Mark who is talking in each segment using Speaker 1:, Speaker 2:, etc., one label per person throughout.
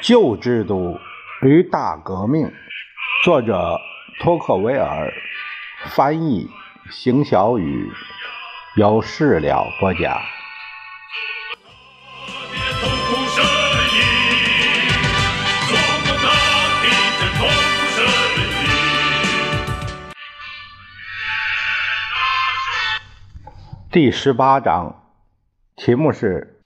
Speaker 1: 旧制度与大革命，作者托克维尔，翻译邢小雨，由事了播讲。第18章，题目是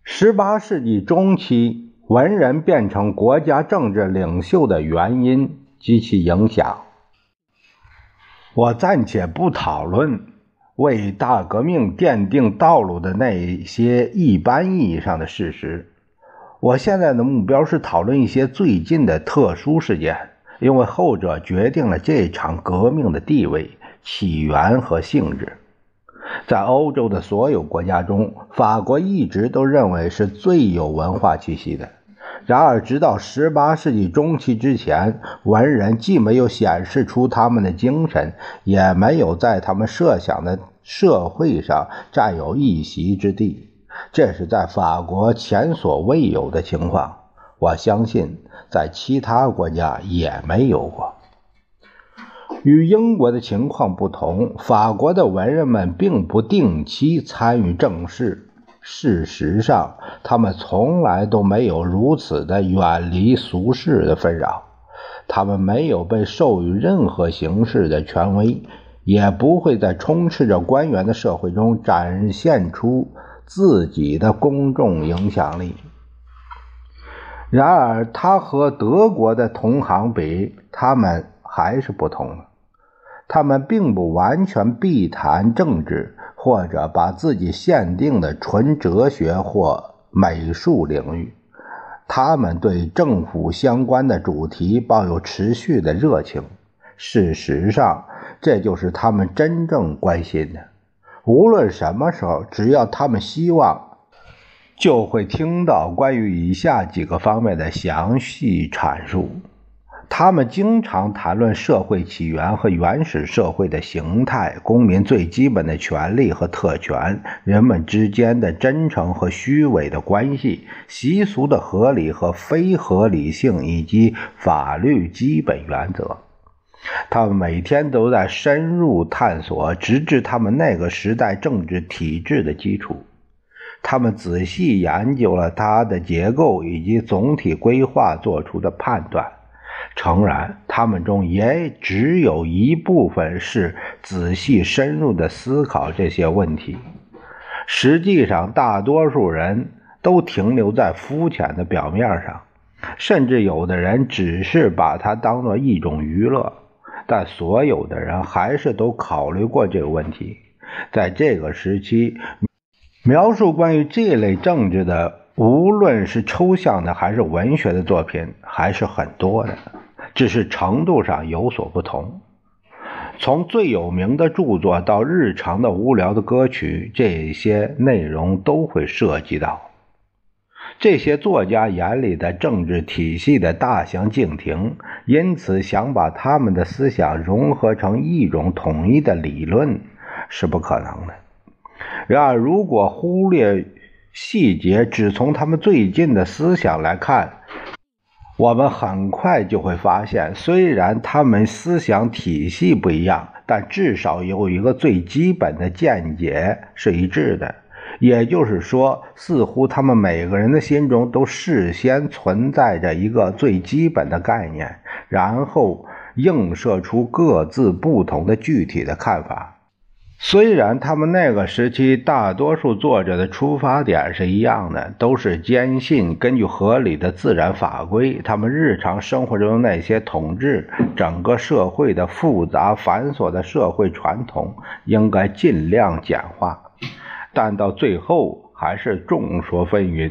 Speaker 1: 18世纪中期文人变成国家政治领袖的原因及其影响。我暂且不讨论为大革命奠定道路的那些一般意义上的事实，我现在的目标是讨论一些最近的特殊事件，因为后者决定了这场革命的地位、起源和性质。在欧洲的所有国家中，法国一直都认为是最有文化气息的。然而直到18世纪中期之前，文人既没有显示出他们的精神，也没有在他们设想的社会上占有一席之地。这是在法国前所未有的情况，我相信在其他国家也没有过。与英国的情况不同，法国的文人们并不定期参与政事，事实上他们从来都没有如此的远离俗世的纷扰，他们没有被授予任何形式的权威，也不会在充斥着官员的社会中展现出自己的公众影响力。然而他和德国的同行比，他们还是不同的。他们并不完全避谈政治，或者把自己限定的纯哲学或美术领域。他们对政府相关的主题抱有持续的热情，事实上这就是他们真正关心的。无论什么时候，只要他们希望，就会听到关于以下几个方面的详细阐述。他们经常谈论社会起源和原始社会的形态，公民最基本的权利和特权，人们之间的真诚和虚伪的关系，习俗的合理和非合理性，以及法律基本原则。他们每天都在深入探索，直至他们那个时代政治体制的基础。他们仔细研究了它的结构以及总体规划做出的判断。诚然，他们中也只有一部分是仔细深入地思考这些问题。实际上，大多数人都停留在肤浅的表面上，甚至有的人只是把它当作一种娱乐，但所有的人还是都考虑过这个问题。在这个时期，描述关于这类政治的，无论是抽象的还是文学的作品，还是很多的，只是程度上有所不同。从最有名的著作到日常的无聊的歌曲，这些内容都会涉及到。这些作家眼里的政治体系的大相径庭，因此想把他们的思想融合成一种统一的理论是不可能的。然而如果忽略细节，只从他们最近的思想来看，我们很快就会发现，虽然他们思想体系不一样，但至少有一个最基本的见解是一致的。也就是说，似乎他们每个人的心中都事先存在着一个最基本的概念，然后映射出各自不同的具体的看法。虽然他们那个时期大多数作者的出发点是一样的，都是坚信根据合理的自然法规，他们日常生活中那些统治整个社会的复杂繁琐的社会传统应该尽量简化，但到最后还是众说纷纭。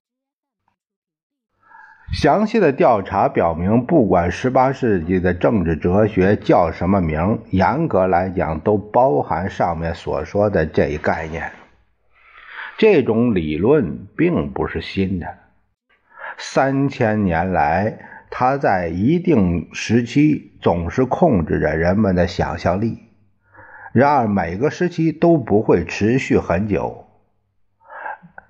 Speaker 1: 详细的调查表明，不管18世纪的政治哲学叫什么名，严格来讲都包含上面所说的这一概念。这种理论并不是新的，3000年来它在一定时期总是控制着人们的想象力，然而每个时期都不会持续很久。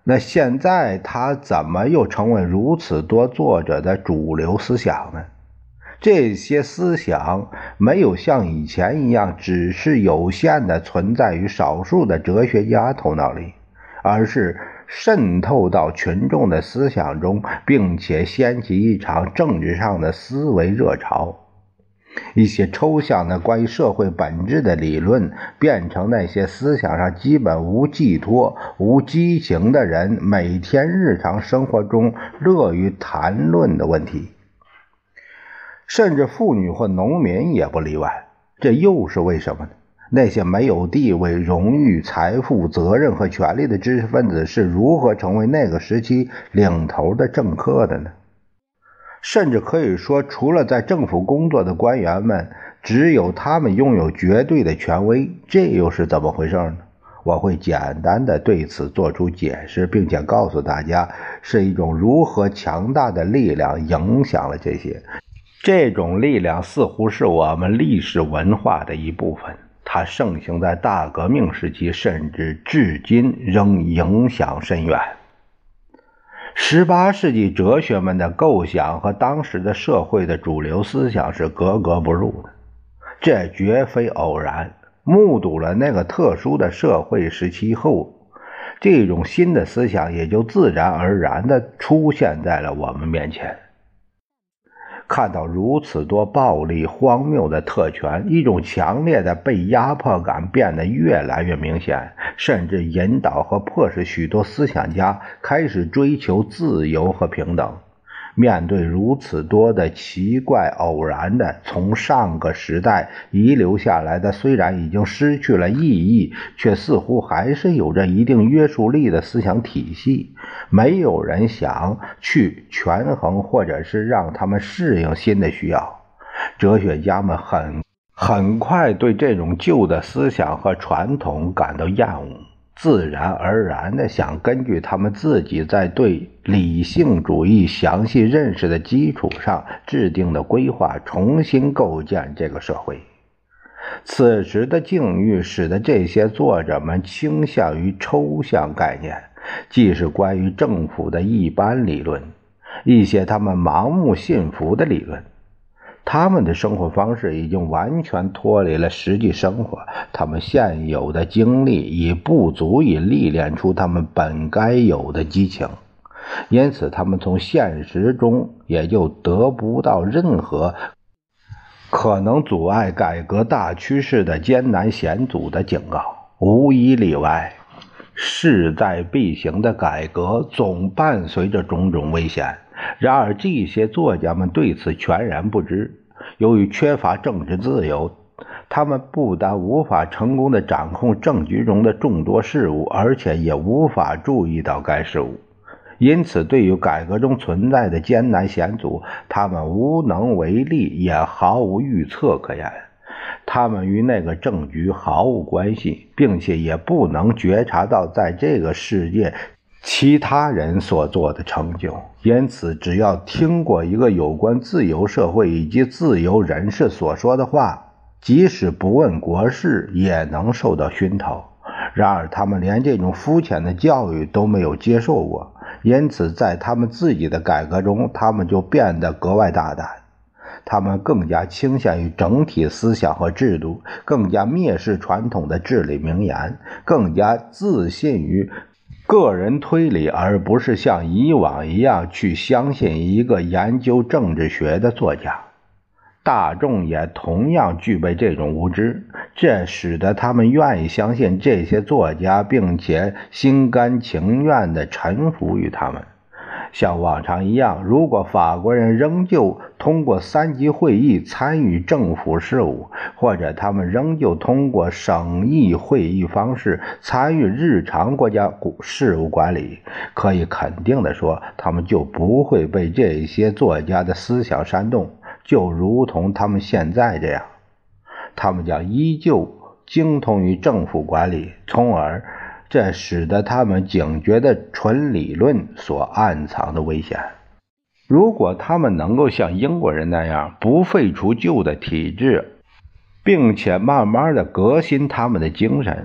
Speaker 1: 那现在他怎么又成为如此多作者的主流思想呢？这些思想没有像以前一样只是有限的存在于少数的哲学家头脑里，而是渗透到群众的思想中，并且掀起一场政治上的思维热潮。一些抽象的关于社会本质的理论变成那些思想上基本无寄托、无激情的人每天日常生活中乐于谈论的问题。甚至妇女或农民也不例外，这又是为什么呢？那些没有地位、荣誉、财富、责任和权力的知识分子是如何成为那个时期领头的政客的呢？甚至可以说，除了在政府工作的官员们，只有他们拥有绝对的权威，这又是怎么回事呢？我会简单的对此做出解释，并且告诉大家是一种如何强大的力量影响了这些。这种力量似乎是我们历史文化的一部分，它盛行在大革命时期，甚至至今仍影响深远。18世纪哲学们的构想和当时的社会的主流思想是格格不入的，这绝非偶然。目睹了那个特殊的社会时期后，这种新的思想也就自然而然地出现在了我们面前。看到如此多暴力荒谬的特权，一种强烈的被压迫感变得越来越明显，甚至引导和迫使许多思想家开始追求自由和平等。面对如此多的奇怪偶然的从上个时代遗留下来的，虽然已经失去了意义，却似乎还是有着一定约束力的思想体系，没有人想去权衡或者是让他们适应新的需要。哲学家们很快对这种旧的思想和传统感到厌恶，自然而然地想根据他们自己在对理性主义详细认识的基础上制定的规划重新构建这个社会。此时的境遇使得这些作者们倾向于抽象概念，既是关于政府的一般理论，一些他们盲目信服的理论。他们的生活方式已经完全脱离了实际生活，他们现有的经历已不足以历练出他们本该有的激情，因此他们从现实中也就得不到任何可能阻碍改革大趋势的艰难险阻的警告。无一例外，势在必行的改革总伴随着种种危险，然而这些作家们对此全然不知。由于缺乏政治自由，他们不但无法成功地掌控政局中的众多事务，而且也无法注意到该事务。因此对于改革中存在的艰难险阻，他们无能为力，也毫无预测可言。他们与那个政局毫无关系，并且也不能觉察到在这个世界其他人所做的成就，因此只要听过一个有关自由社会以及自由人士所说的话，即使不问国事也能受到熏陶。然而他们连这种肤浅的教育都没有接受过，因此在他们自己的改革中，他们就变得格外大胆。他们更加倾向于整体思想和制度，更加蔑视传统的至理名言，更加自信于个人推理，而不是像以往一样去相信一个研究政治学的作家。大众也同样具备这种无知，这使得他们愿意相信这些作家，并且心甘情愿地臣服于他们。像往常一样，如果法国人仍旧通过3级会议参与政府事务，或者他们仍旧通过省议会议方式参与日常国家事务管理，可以肯定地说，他们就不会被这些作家的思想煽动，就如同他们现在这样。他们将依旧精通于政府管理，从而这使得他们警觉的纯理论所暗藏的危险。如果他们能够像英国人那样不废除旧的体制，并且慢慢的革新他们的精神，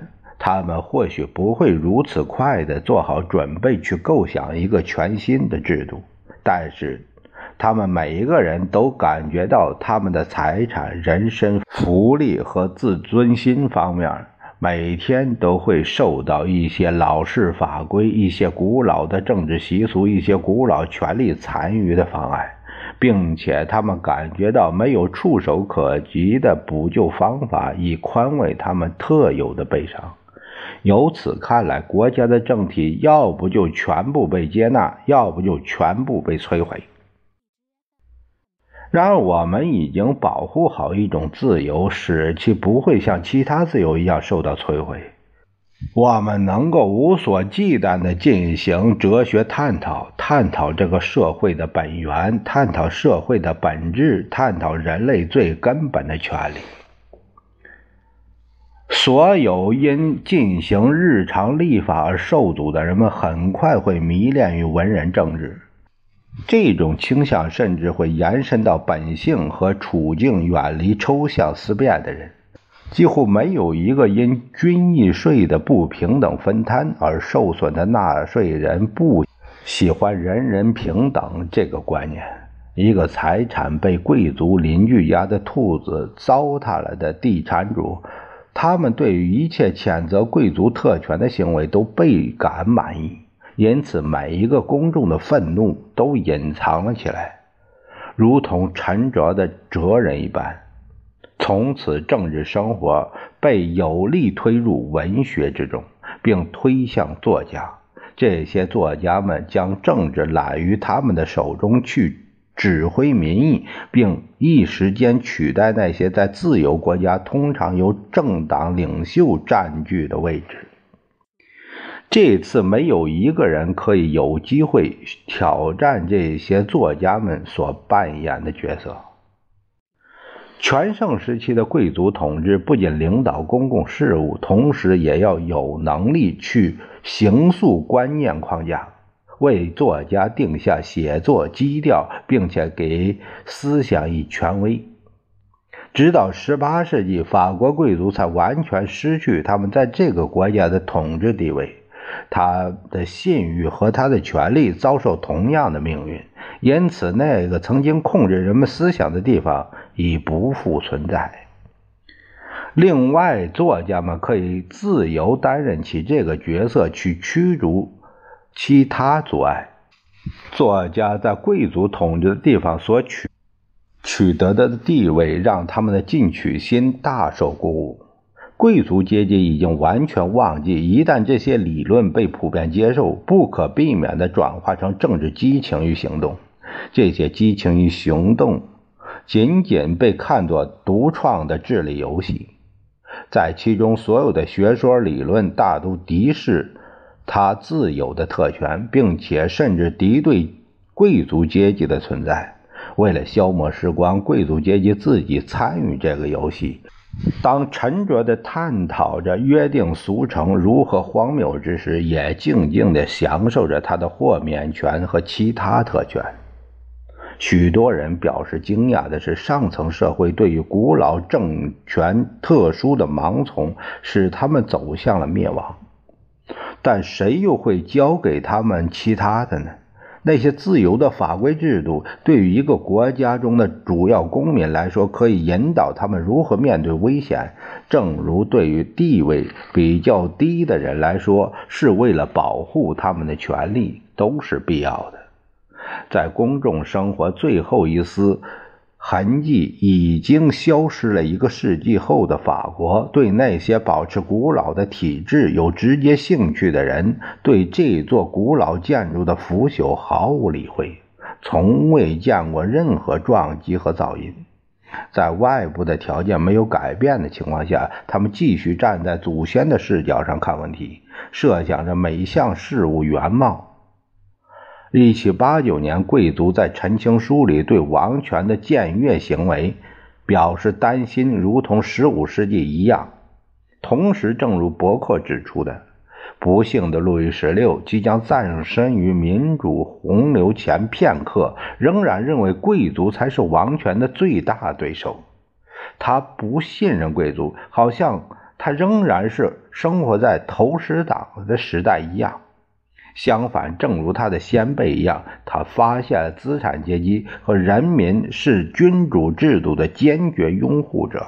Speaker 1: 他们或许不会如此快地做好准备去构想一个全新的制度，但是他们每一个人都感觉到他们的财产、人身、福利和自尊心方面每天都会受到一些老式法规、一些古老的政治习俗、一些古老权力残余的妨碍，并且他们感觉到没有触手可及的补救方法以宽慰他们特有的悲伤。由此看来，国家的政体要不就全部被接纳，要不就全部被摧毁。然而我们已经保护好一种自由，使其不会像其他自由一样受到摧毁。我们能够无所忌惮地进行哲学探讨，探讨这个社会的本源，探讨社会的本质，探讨人类最根本的权利。所有因进行日常立法而受阻的人们很快会迷恋于文人政治，这种倾向甚至会延伸到本性和处境远离抽象思辨的人。几乎没有一个因均益税的不平等分摊而受损的纳税人不喜欢人人平等这个观念。一个财产被贵族邻居家的兔子糟蹋了的地产主，他们对于一切谴责贵族特权的行为都倍感满意，因此每一个公众的愤怒都隐藏了起来，如同沉着的哲人一般。从此政治生活被有力推入文学之中，并推向作家。这些作家们将政治揽于他们的手中，去指挥民意，并一时间取代那些在自由国家通常由政党领袖占据的位置。这次没有一个人可以有机会挑战这些作家们所扮演的角色。全盛时期的贵族统治不仅领导公共事务，同时也要有能力去形塑观念框架，为作家定下写作基调，并且给思想以权威。直到18世纪，法国贵族才完全失去他们在这个国家的统治地位，他的信誉和他的权力遭受同样的命运，因此那个曾经控制人们思想的地方已不复存在。另外，作家们可以自由担任起这个角色，去驱逐其他阻碍。作家在贵族统治的地方所取得的地位，让他们的进取心大受鼓舞。贵族阶级已经完全忘记，一旦这些理论被普遍接受，不可避免地转化成政治激情与行动。这些激情与行动仅仅被看作独创的智力游戏，在其中所有的学说理论大都敌视他自有的特权，并且甚至敌对贵族阶级的存在。为了消磨时光，贵族阶级自己参与这个游戏，当沉着地探讨着约定俗成如何荒谬之时，也静静地享受着他的豁免权和其他特权。许多人表示惊讶的是，上层社会对于古老政权特殊的盲从使他们走向了灭亡，但谁又会教给他们其他的呢？那些自由的法规制度对于一个国家中的主要公民来说，可以引导他们如何面对危险，正如对于地位比较低的人来说，是为了保护他们的权利，都是必要的。在公众生活最后一丝痕迹已经消失了1个世纪后的法国，对那些保持古老的体制有直接兴趣的人，对这座古老建筑的腐朽毫无理会，从未见过任何撞击和噪音。在外部的条件没有改变的情况下，他们继续站在祖先的视角上看问题，设想着每项事物原貌。1789年，贵族在陈情书里对王权的僭越行为表示担心，如同15世纪一样。同时，正如伯克指出的，不幸的路易16即将葬身于民主洪流前片刻，仍然认为贵族才是王权的最大对手。他不信任贵族，好像他仍然是生活在投石党的时代一样。相反，正如他的先辈一样，他发现了资产阶级和人民是君主制度的坚决拥护者。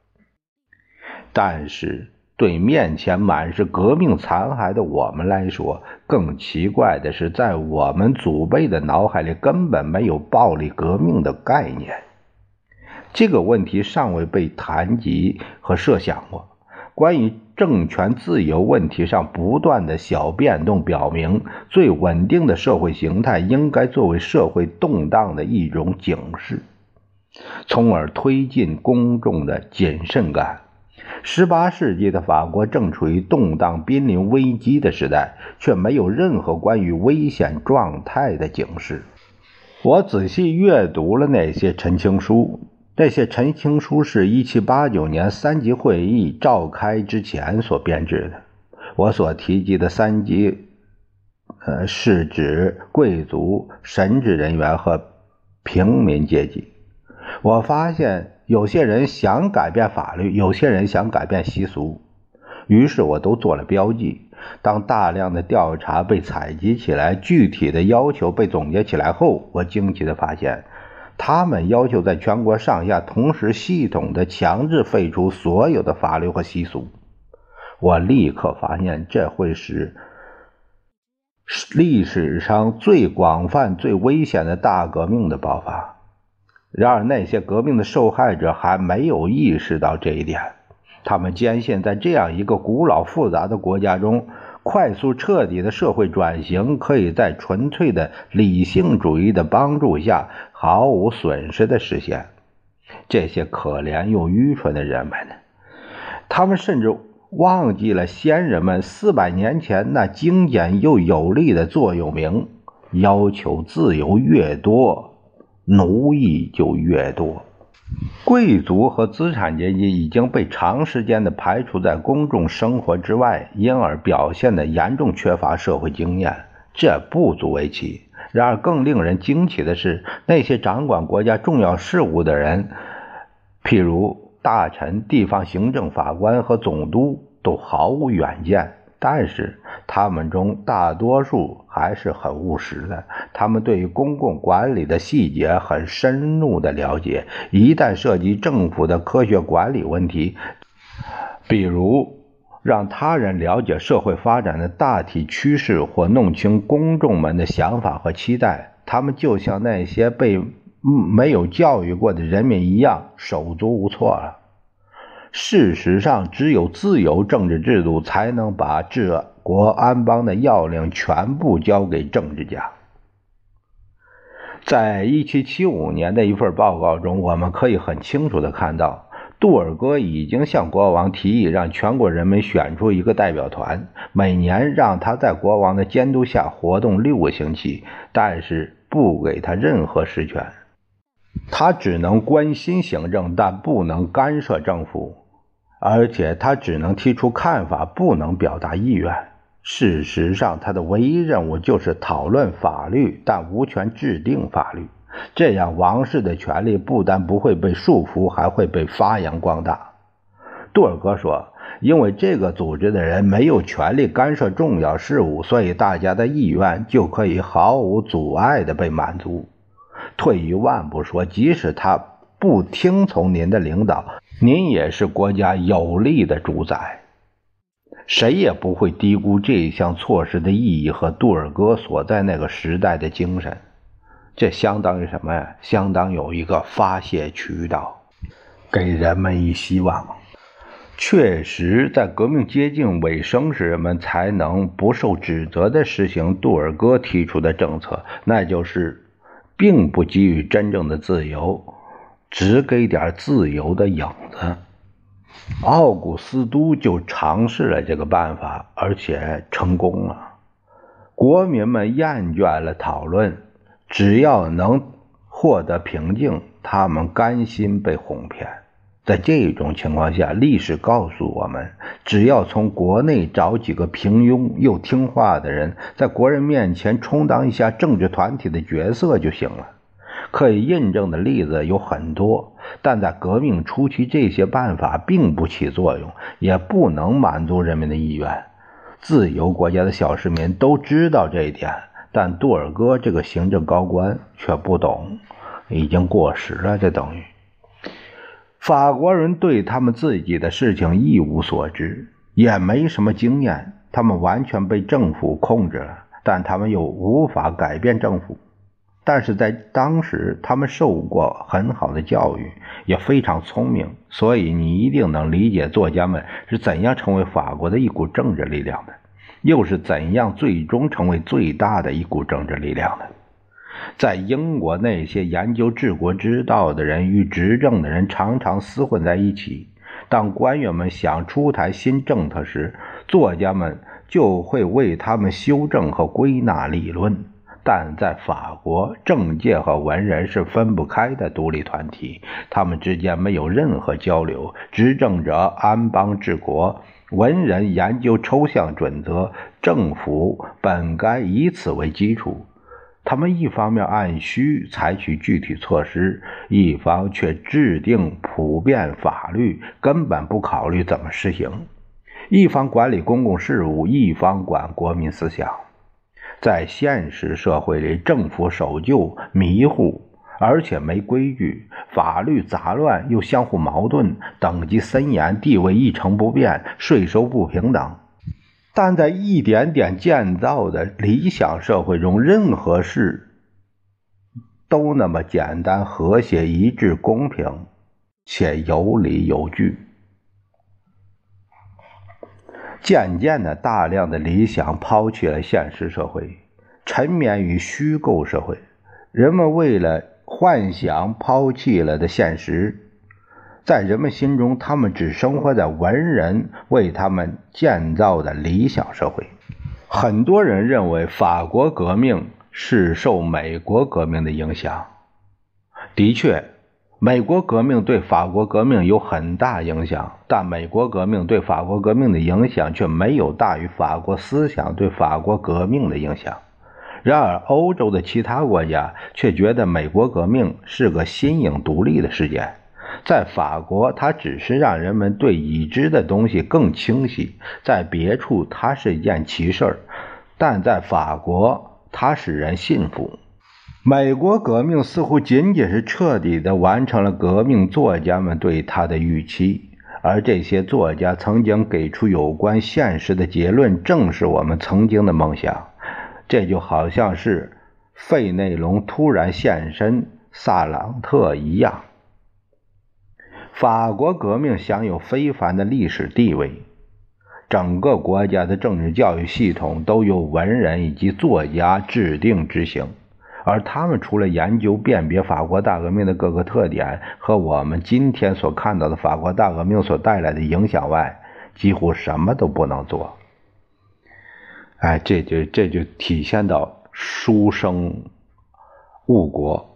Speaker 1: 但是对面前满是革命残骸的我们来说，更奇怪的是，在我们祖辈的脑海里根本没有暴力革命的概念。这个问题尚未被谈及和设想过。关于政权自由问题上不断的小变动表明，最稳定的社会形态应该作为社会动荡的一种警示，从而推进公众的谨慎感。18世纪的法国正处于动荡濒临危机的时代，却没有任何关于危险状态的警示。我仔细阅读了那些陈情书，这些陈情书是1789年三级会议召开之前所编制的。我所提及的三级是指贵族、神职人员和平民阶级。我发现有些人想改变法律，有些人想改变习俗，于是我都做了标记。当大量的调查被采集起来，具体的要求被总结起来后，我惊奇地发现，他们要求在全国上下同时系统地强制废除所有的法律和习俗。我立刻发现这会是历史上最广泛、最危险的大革命的爆发。然而那些革命的受害者还没有意识到这一点，他们坚信在这样一个古老复杂的国家中，快速彻底的社会转型可以在纯粹的理性主义的帮助下毫无损失的实现。这些可怜又愚蠢的人们，他们甚至忘记了先人们400年前那精简又有力的座右铭：要求自由越多，奴役就越多。贵族和资产阶级已经被长时间的排除在公众生活之外，因而表现得严重缺乏社会经验，这不足为奇。然而更令人惊奇的是，那些掌管国家重要事务的人，譬如大臣、地方行政法官和总督，都毫无远见。但是他们中大多数还是很务实的，他们对于公共管理的细节很深入的了解，一旦涉及政府的科学管理问题，比如让他人了解社会发展的大体趋势或弄清公众们的想法和期待，他们就像那些被没有教育过的人民一样手足无措了。事实上，只有自由政治制度才能把治国安邦的要领全部交给政治家。在1775年的一份报告中，我们可以很清楚地看到，杜尔哥已经向国王提议让全国人民选出一个代表团，每年让他在国王的监督下活动6个星期，但是不给他任何实权。他只能关心行政，但不能干涉政府，而且他只能提出看法，不能表达意愿。事实上，他的唯一任务就是讨论法律，但无权制定法律。这样王室的权力不但不会被束缚，还会被发扬光大。杜尔哥说，因为这个组织的人没有权力干涉重要事务，所以大家的意愿就可以毫无阻碍地被满足。退一万步说，即使他不听从您的领导，您也是国家有力的主宰。谁也不会低估这项措施的意义和杜尔哥所在那个时代的精神。这相当于什么呀？相当有一个发泄渠道，给人们以希望。确实，在革命接近尾声时，人们才能不受指责地实行杜尔哥提出的政策，那就是并不给予真正的自由，只给点自由的影子。奥古斯都就尝试了这个办法，而且成功了。国民们厌倦了讨论，只要能获得平静，他们甘心被哄骗。在这种情况下，历史告诉我们，只要从国内找几个平庸又听话的人，在国人面前充当一下政治团体的角色就行了。 可以印证的例子有很多，但在革命初期，这些办法并不起作用，也不能满足人民的意愿。自由国家的小市民都知道这一点，但杜尔哥这个行政高官却不懂，已经过时了。这等于法国人对他们自己的事情一无所知，也没什么经验，他们完全被政府控制了，但他们又无法改变政府。但是在当时，他们受过很好的教育，也非常聪明，所以你一定能理解作家们是怎样成为法国的一股政治力量的，又是怎样最终成为最大的一股政治力量的。在英国，那些研究治国之道的人与执政的人常常厮混在一起。当官员们想出台新政策时，作家们就会为他们修正和归纳理论。但在法国，政界和文人是分不开的独立团体，他们之间没有任何交流。执政者安邦治国，文人研究抽象准则，政府本该以此为基础。他们一方面按需采取具体措施，一方却制定普遍法律，根本不考虑怎么实行。一方管理公共事务，一方管国民思想。在现实社会里，政府守旧、迷糊，而且没规矩，法律杂乱又相互矛盾，等级森严，地位一成不变，税收不平等。但在一点点建造的理想社会中，任何事都那么简单、和谐、一致、公平，且有理有据。渐渐的，大量的理想抛弃了现实社会，沉湎于虚构社会。人们为了幻想抛弃了的现实，在人们心中，他们只生活在文人为他们建造的理想社会。很多人认为法国革命是受美国革命的影响。的确，美国革命对法国革命有很大影响，但美国革命对法国革命的影响却没有大于法国思想对法国革命的影响。然而，欧洲的其他国家却觉得美国革命是个新颖独立的事件。在法国，它只是让人们对已知的东西更清晰；在别处，它是一件奇事，但在法国，它使人信服。美国革命似乎仅仅是彻底地完成了革命作家们对它的预期，而这些作家曾经给出有关现实的结论，正是我们曾经的梦想。这就好像是费内隆突然现身萨朗特一样。法国革命享有非凡的历史地位，整个国家的政治教育系统都由文人以及作家制定执行，而他们除了研究辨别法国大革命的各个特点和我们今天所看到的法国大革命所带来的影响外，几乎什么都不能做。这就体现到书生误国。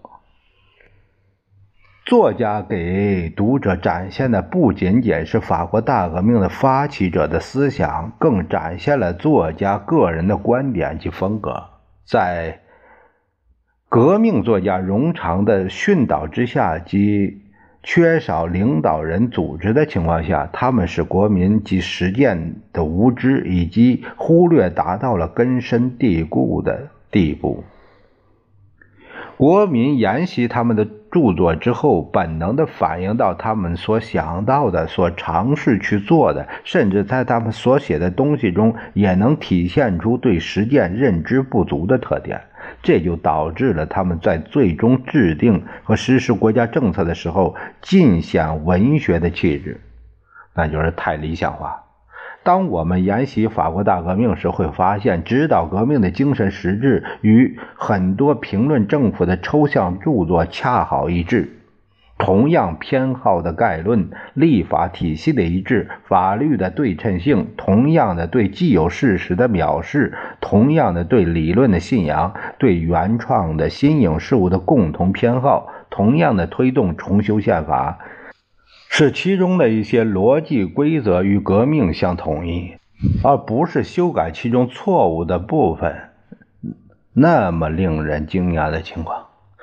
Speaker 1: 作家给读者展现的不仅仅是法国大革命的发起者的思想，更展现了作家个人的观点及风格。在革命作家冗长的训导之下及缺少领导人组织的情况下，他们使国民及实践的无知以及忽略达到了根深蒂固的地步。国民研习他们的著作之后，本能地反映到他们所想到的、所尝试去做的，甚至在他们所写的东西中也能体现出对实践认知不足的特点。这就导致了他们在最终制定和实施国家政策的时候尽显文学的气质，那就是太理想化。当我们研习法国大革命时，会发现指导革命的精神实质与很多评论政府的抽象著作恰好一致。同样偏好的概论，立法体系的一致，法律的对称性，同样的对既有事实的藐视，同样的对理论的信仰，对原创的新颖事物的共同偏好，同样的推动重修宪法，使其中的一些逻辑规则与革命相统一，而不是修改其中错误的部分。那么令人惊讶的情况，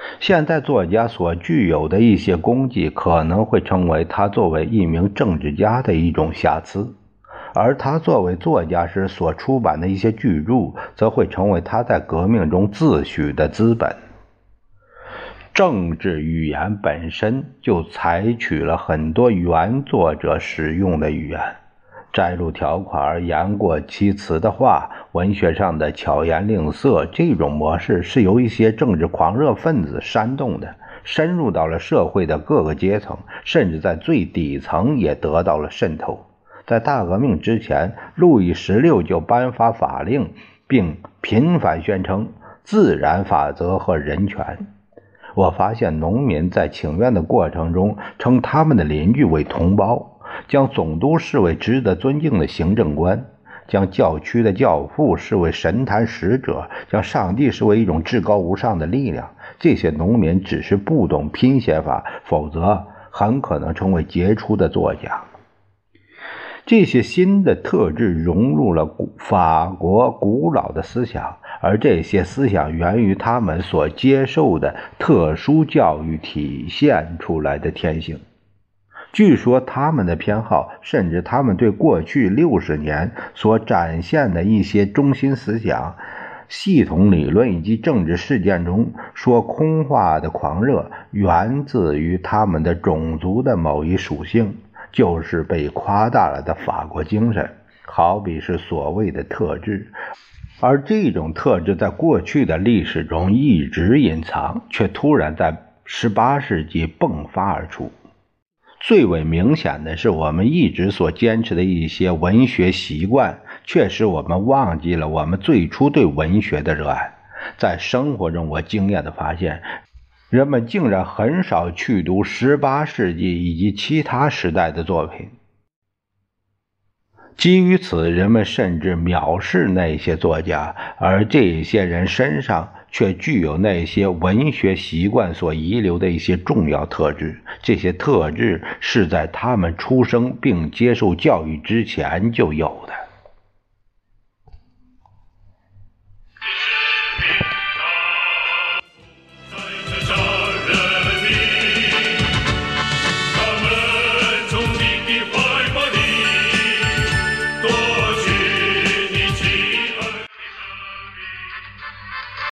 Speaker 1: 现代作家所具有的一些功绩，可能会成为他作为一名政治家的一种瑕疵，而他作为作家时所出版的一些巨著，则会成为他在革命中自诩的资本。政治语言本身就采取了很多原作者使用的语言，摘录条款、言过其词的话，文学上的巧言令色，这种模式是由一些政治狂热分子煽动的，深入到了社会的各个阶层，甚至在最底层也得到了渗透。在大革命之前，路易16就颁发法令，并频繁宣称自然法则和人权。我发现农民在请愿的过程中称他们的邻居为同胞，将总督视为值得尊敬的行政官，将教区的教父视为神坛使者，将上帝视为一种至高无上的力量。这些农民只是不懂拼写法，否则很可能成为杰出的作家。这些新的特质融入了法国古老的思想，而这些思想源于他们所接受的特殊教育体现出来的天性。据说他们的偏好，甚至他们对过去60年所展现的一些中心思想、系统理论以及政治事件中说空话的狂热，源自于他们的种族的某一属性，就是被夸大了的法国精神，好比是所谓的特质。而这种特质在过去的历史中一直隐藏，却突然在18世纪迸发而出。最为明显的是，我们一直所坚持的一些文学习惯，却使我们忘记了我们最初对文学的热爱。在生活中，我惊讶地发现，人们竟然很少去读18世纪以及其他时代的作品。基于此，人们甚至藐视那些作家，而这些人身上却具有那些文学习惯所遗留的一些重要特质。这些特质是在他们出生并接受教育之前就有的。